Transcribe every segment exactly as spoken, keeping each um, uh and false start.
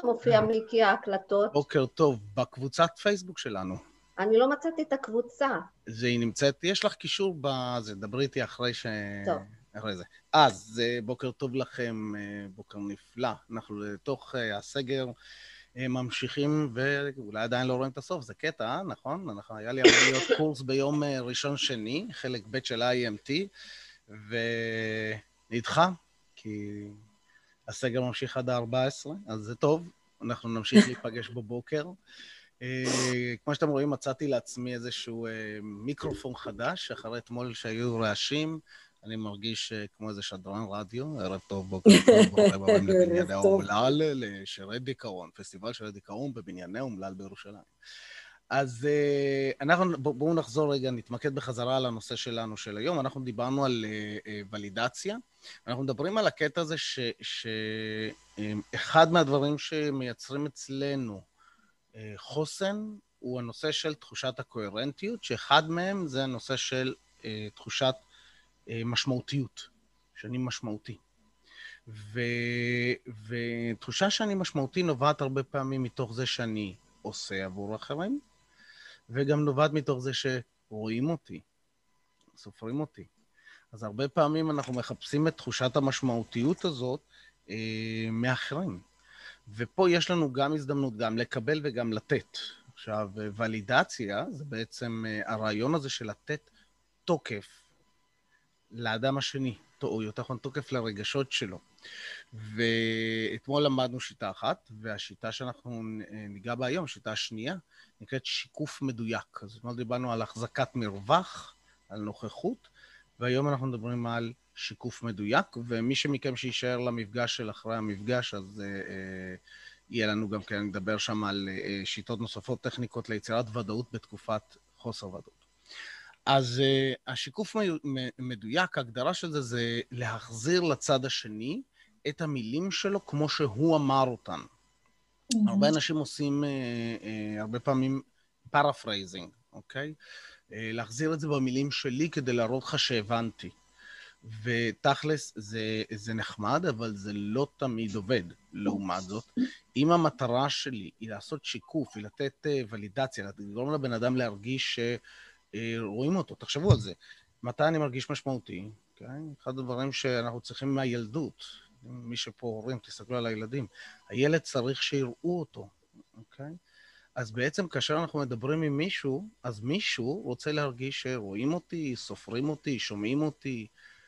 מופיע מיקי ההקלטות? בוקר טוב, בקבוצת פייסבוק שלנו. אני לא מצאתי את הקבוצה. זה היא נמצאת, יש לך קישור בזה, דברי איתי אחרי ש... טוב. אחרי זה. אז, בוקר טוב לכם, בוקר נפלא. אנחנו לתוך הסגר ממשיכים, ואולי עדיין לא רואים את הסוף, זה קטע, נכון? אנחנו, היה לי אמור להיות קורס ביום ראשון שני, חלק ב' של איי אם טי, ונדחה, כי הסגר ממשיך עד ה-ארבע עשרה, אז זה טוב, אנחנו נמשיך להיפגש בבוקר. כמו שאתם רואים, מצאתי לעצמי איזשהו מיקרופון חדש, אחרי אתמול שהיו רעשים, אני מרגיש כמו איזה שדרן רדיו, ערב טוב, בוקר טוב, ברוכים הבאים לבנייני האומלל, לשירי דיכאון, פסטיבל שירי דיכאון בבנייני האומלל בירושלים. אז אנחנו, בואו נחזור רגע, נתמקד בחזרה על הנושא שלנו של היום. אנחנו דיברנו על ולידציה, אנחנו מדברים על הקטע הזה שאחד מהדברים שמייצרים אצלנו חוסן הוא הנושא של תחושת הקוהרנטיות, שאחד מהם זה הנושא של תחושת משמעותיות, שאני משמעותי. ו... ותחושה שאני משמעותי נובעת הרבה פעמים מתוך זה שאני עושה עבור אחרים, וגם נובעת מתוך זה שרואים אותי, סופרים אותי. אז הרבה פעמים אנחנו מחפשים את תחושת המשמעותיות הזאת אה, מאחרים. ופה יש לנו גם הזדמנות גם לקבל וגם לתת. עכשיו, ולידציה זה בעצם הרעיון הזה של לתת תוקף לאדם השני, או יותר נכון תוקף לרגשות שלו. ואתמול למדנו שיטה אחת, והשיטה שאנחנו ניגע בה היום, השיטה השנייה, נקראת שיקוף מדויק. אז אתמול דיברנו על החזקת מרווח, על נוכחות, והיום אנחנו מדברים על שיקוף מדויק, ומי שמכם שישאר למפגש של אחרי המפגש, אז אה, יהיה לנו גם כן לדבר שם על אה, שיטות נוספות, טכניקות ליצירת ודאות בתקופת חוסר ודאות. אז אה, השיקוף מדויק, ההגדרה של זה זה להחזיר לצד השני את המילים שלו כמו שהוא אמר אותן. Mm-hmm. הרבה אנשים עושים אה, אה, הרבה פעמים פרפרייזינג, אוקיי? אה, להחזיר את זה במילים שלי כדי להראות לך שהבנתי. ותכלס זה, זה נחמד, אבל זה לא תמיד עובד. לעומת זאת, אם המטרה שלי היא לעשות שיקוף, היא לתת ולידציה, לגרום לבן אדם להרגיש שרואים אותו, תחשבו על זה. מתי אני מרגיש משמעותי? Okay? אחד הדברים שאנחנו צריכים מהילדות, מי שפה הורים, תסתכלו על הילדים, הילד צריך שיראו אותו, אוקיי? Okay? אז בעצם כאשר אנחנו מדברים עם מישהו, אז מישהו רוצה להרגיש שרואים אותי, סופרים אותי, שומעים אותי,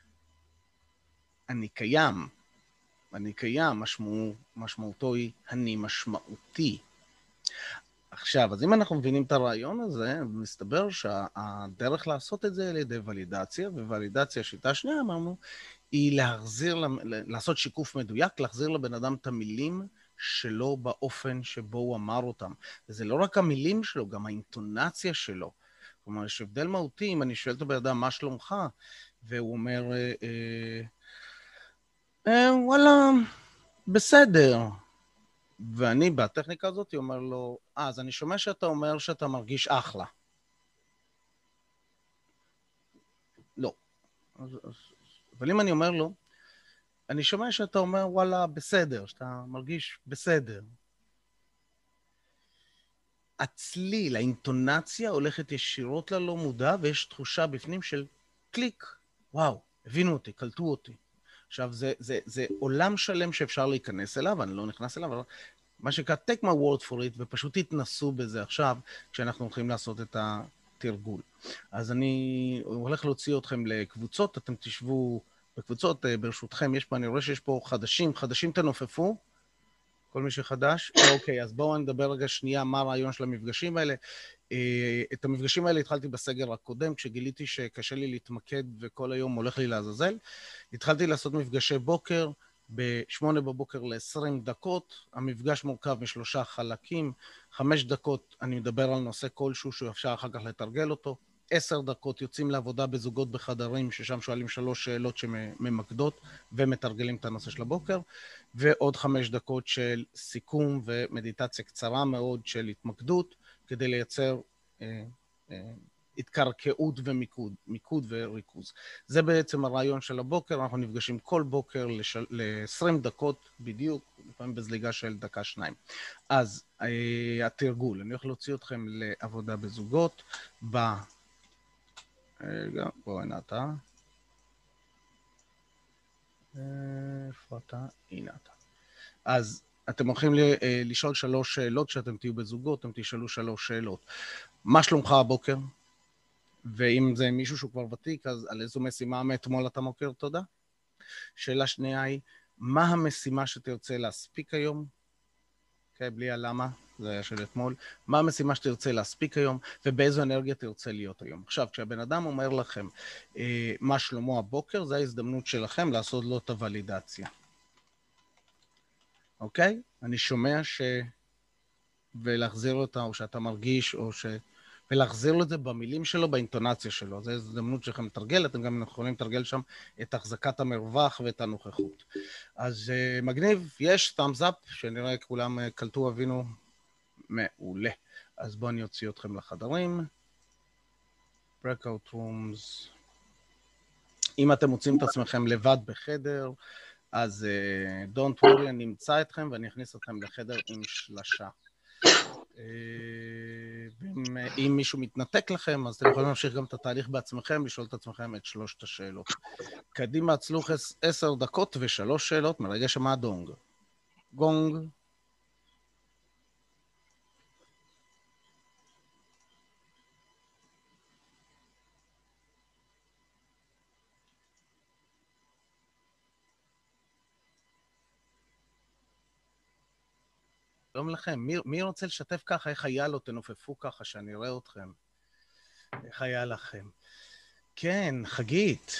אני קיים, אני קיים, משמע, משמעותו היא אני משמעותי. עכשיו, אז אם אנחנו מבינים את הרעיון הזה, מסתבר שהדרך לעשות את זה על ידי ולידציה, וולידציה, השיטה השנייה, אמרנו, היא להחזיר, לעשות שיקוף מדויק, להחזיר לבן אדם את המילים שלו באופן שבו הוא אמר אותם. וזה לא רק המילים שלו, גם האינטונציה שלו. כלומר, יש הבדל מהותי, אם אני שואל את הבן אדם, מה שלומך? והוא אומר, אה, אה, אה, וואלה, בסדר. ואני בטכניקה הזאת אומר לו, אה, אז אני שומע שאתה אומר שאתה מרגיש אחלה. לא. אז, אז, אבל אם אני אומר לו, אני שומע שאתה אומר, וואלה, בסדר, שאתה מרגיש בסדר. הצליל, האינטונציה הולכת ישירות ללא מודע, ויש תחושה בפנים של קליק. וואו, הבינו אותי, קלטו אותי. עכשיו, זה, זה, זה עולם שלם שאפשר להיכנס אליו, אני לא נכנס אליו, אבל מה שקרה, take my word for it, ופשוט התנסו בזה עכשיו, כשאנחנו הולכים לעשות את התרגול. אז אני הולך להוציא אתכם לקבוצות, אתם תשבו בקבוצות, ברשותכם, יש פה, אני רואה שיש פה חדשים, חדשים תנופפו, כל מי שחדש. אוקיי, אז בואו נדבר רגע שנייה מה הרעיון של המפגשים האלה. את המפגשים האלה התחלתי בסגר הקודם, כשגיליתי שקשה לי להתמקד וכל היום הולך לי לעזאזל. התחלתי לעשות מפגשי בוקר, ב-שמונה בבוקר ל-עשרים דקות, המפגש מורכב משלושה חלקים, חמש דקות אני מדבר על נושא כלשהו שאפשר אחר כך לתרגל אותו, עשר דקות יוצאים לעבודה בזוגות בחדרים, ששם שואלים שלוש שאלות שממקדות ומתרגלים את הנושא של הבוקר, ועוד חמש דקות של סיכום ומדיטציה קצרה מאוד של התמקדות, כדי לייצר אה, אה, התקרקעות ומיקוד, מיקוד וריכוז. זה בעצם הרעיון של הבוקר, אנחנו נפגשים כל בוקר ל-עשרים דקות בדיוק, לפעמים בזליגה של דקה שניים. אז התרגול, אני הולך להוציא אתכם לעבודה בזוגות, ב... רגע, בואו הנה אתה. איפה אתה? הנה אתה. אז אתם הולכים לשאול שלוש שאלות, כשאתם תהיו בזוגות, אתם תשאלו שלוש שאלות. מה שלומך הבוקר? ואם זה מישהו שהוא כבר ותיק, אז על איזו משימה מאתמול אתה מוקר תודה? שאלה שנייה היא, מה המשימה שתרצה להספיק היום? כן, בלי הלמה, זה היה של אתמול. מה המשימה שתרצה להספיק היום, ובאיזו אנרגיה תרצה להיות היום? עכשיו, כשהבן אדם אומר לכם, אה, מה שלמה הבוקר, זו ההזדמנות שלכם לעשות לו את הוולידציה. אוקיי? אני שומע ש... ולהחזיר אותה, או שאתה מרגיש, או ש... ולהחזיר לו את זה במילים שלו, באינטונציה שלו. זו הזדמנות שלכם לתרגל, אתם גם יכולים לתרגל שם את החזקת המרווח ואת הנוכחות. אז uh, מגניב, יש thumbs up, שנראה כולם uh, קלטו אבינו מעולה. אז בואו אני אוציא אתכם לחדרים. breakout rooms. אם אתם מוצאים את עצמכם לבד בחדר, אז uh, don't worry, אני אמצא אתכם ואני אכניס אתכם לחדר עם שלשה. ואם אם מישהו מתנתק לכם, אז אתם יכולים להמשיך גם את התהליך בעצמכם, לשאול את עצמכם את שלושת השאלות. קדימה, הצלוח עשר דקות ושלוש שאלות מרגע שמה דונג. גונג. שלום לכם, מי, מי רוצה לשתף ככה? איך היה לו? תנופפו ככה שאני אראה אתכם. איך היה לכם? כן, חגית.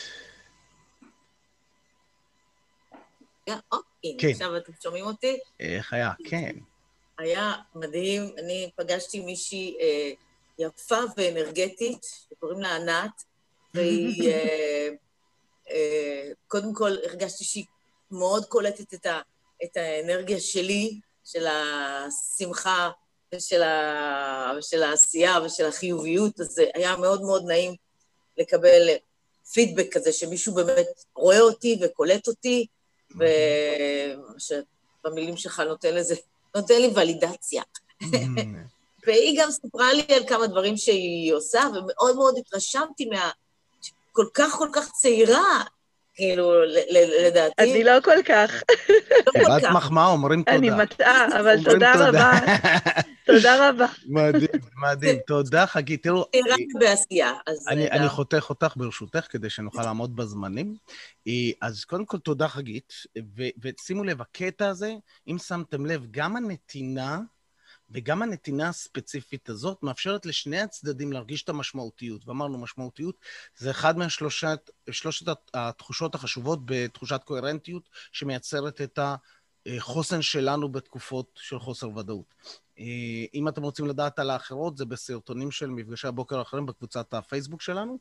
אוקיי, עכשיו אתם שומעים אותי? איך היה? כן. היה מדהים, אני פגשתי מישהי אה, יפה ואנרגטית, שקוראים לה ענת, והיא, אה, אה, קודם כל הרגשתי שהיא מאוד קולטת את, ה, את האנרגיה שלי, של השמחה ושל, ה, ושל העשייה ושל החיוביות, אז זה היה מאוד מאוד נעים לקבל פידבק כזה, שמישהו באמת רואה אותי וקולט אותי, ובמילים שלך נותן לזה, נותן לי ולידציה. והיא גם סיפרה לי על כמה דברים שהיא עושה, ומאוד מאוד התרשמתי מה... כל כך כל כך צעירה, כאילו, לדעתי. אני לא כל כך. קיבלת מחמאה, אומרים תודה. אני מטעה, אבל תודה רבה. תודה רבה. מדהים, מדהים. תודה, חגית. תראו, בעשייה. אני חותך אותך ברשותך, כדי שנוכל לעמוד בזמנים. אז קודם כל, תודה, חגית. ושימו לב, הקטע הזה, אם שמתם לב, גם הנתינה, וגם הנתינה הספציפית הזאת מאפשרת לשני הצדדים להרגיש את המשמעותיות. ואמרנו, משמעותיות זה אחד מהשלושת שלושת התחושות החשובות בתחושת קוהרנטיות, שמייצרת את החוסן שלנו בתקופות של חוסר ודאות. אם אתם רוצים לדעת על האחרות, זה בסרטונים של מפגשי הבוקר האחרים בקבוצת הפייסבוק שלנו,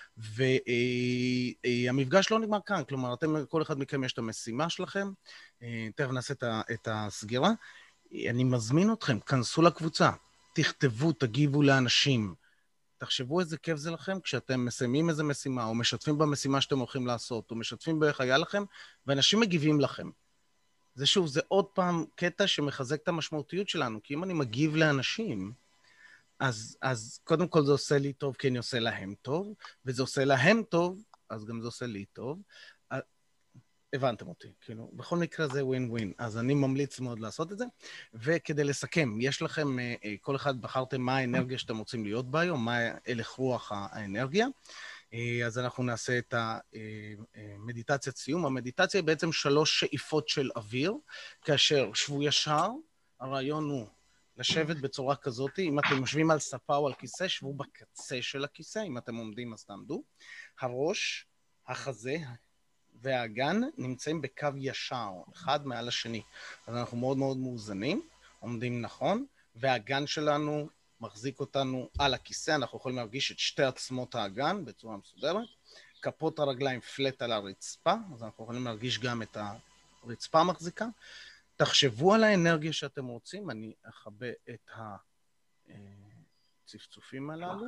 והמפגש לא נגמר כאן, כלומר, אתם, כל אחד מכם יש את המשימה שלכם, תכף נעשה את הסגירה, אני מזמין אתכם, כנסו לקבוצה, תכתבו, תגיבו לאנשים, תחשבו איזה כיף זה לכם כשאתם מסיימים איזה משימה, או משתפים במשימה שאתם הולכים לעשות, או משתפים באיך היה לכם, ואנשים מגיבים לכם. זה שוב, זה עוד פעם קטע שמחזק את המשמעותיות שלנו, כי אם אני מגיב לאנשים, אז, אז קודם כל זה עושה לי טוב, כי אני עושה להם טוב, וזה עושה להם טוב, אז גם זה עושה לי טוב. הבנתם אותי, כאילו, בכל מקרה זה ווין ווין, אז אני ממליץ מאוד לעשות את זה, וכדי לסכם, יש לכם, כל אחד בחרתם מה האנרגיה שאתם רוצים להיות בה היום, מה הלך רוח האנרגיה, אז אנחנו נעשה את המדיטציית סיום. המדיטציה היא בעצם שלוש שאיפות של אוויר, כאשר שבו ישר, הרעיון הוא לשבת בצורה כזאת, אם אתם יושבים על ספה או על כיסא, שבו בקצה של הכיסא, אם אתם עומדים אז תעמדו, הראש, החזה, והאגן נמצאים בקו ישר, אחד מעל השני. אז אנחנו מאוד מאוד מאוזנים, עומדים נכון, והאגן שלנו מחזיק אותנו על הכיסא, אנחנו יכולים להרגיש את שתי עצמות האגן בצורה מסודרת, כפות הרגליים פלט על הרצפה, אז אנחנו יכולים להרגיש גם את הרצפה מחזיקה. תחשבו על האנרגיה שאתם רוצים, אני אחבא את הצפצופים הללו.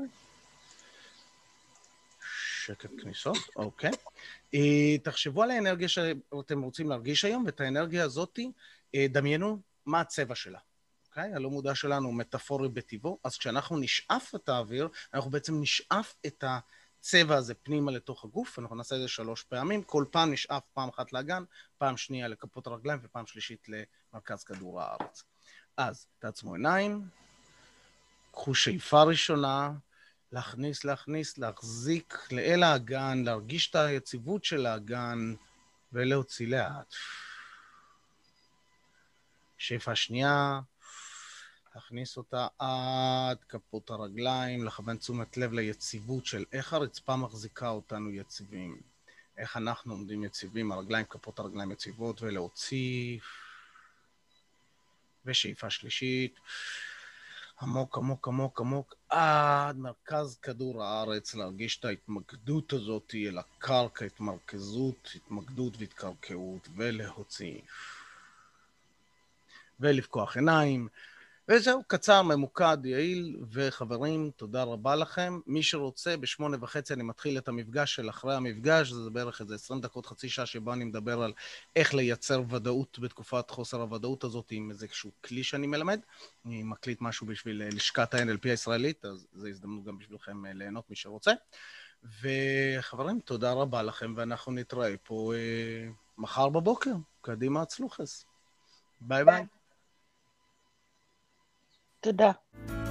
שקט כניסות, אוקיי. תחשבו על האנרגיה שאתם רוצים להרגיש היום, ואת האנרגיה הזאת דמיינו מה הצבע שלה. אוקיי? הלא מודע שלנו הוא מטאפורי בטבעו, אז כשאנחנו נשאף את האוויר, אנחנו בעצם נשאף את הצבע הזה פנימה לתוך הגוף, אנחנו נעשה את זה שלוש פעמים, כל פעם נשאף פעם אחת לאגן, פעם שנייה לכפות הרגליים ופעם שלישית למרכז כדור הארץ. אז תעצמו עיניים, קחו שאיפה ראשונה, להכניס, להכניס, להחזיק לאל האגן, להרגיש את היציבות של האגן ולהוציא לאט. שאיפה שנייה, להכניס אותה עד כפות הרגליים, לכוון תשומת לב ליציבות של איך הרצפה מחזיקה אותנו יציבים, איך אנחנו עומדים יציבים, הרגליים, כפות הרגליים יציבות, ולהוציא. ושאיפה שלישית, עמוק, עמוק, עמוק, עמוק, עד מרכז כדור הארץ, להרגיש את ההתמקדות הזאת אל הקרקע, התמרכזות, התמקדות והתקרקעות, ולהוציא. ולפקוח עיניים. וזהו, קצר, ממוקד, יעיל, וחברים, תודה רבה לכם. מי שרוצה, בשמונה וחצי אני מתחיל את המפגש של אחרי המפגש, זה בערך איזה עשרים דקות, חצי שעה, שבה אני מדבר על איך לייצר ודאות בתקופת חוסר הוודאות הזאת, עם איזשהו כלי שאני מלמד. אני מקליט משהו בשביל לשכת ה-אן אל פי הישראלית, אז זו הזדמנות גם בשבילכם ליהנות מי שרוצה. וחברים, תודה רבה לכם, ואנחנו נתראה פה אה, מחר בבוקר. קדימה הצלוחס. ביי ביי. תודה.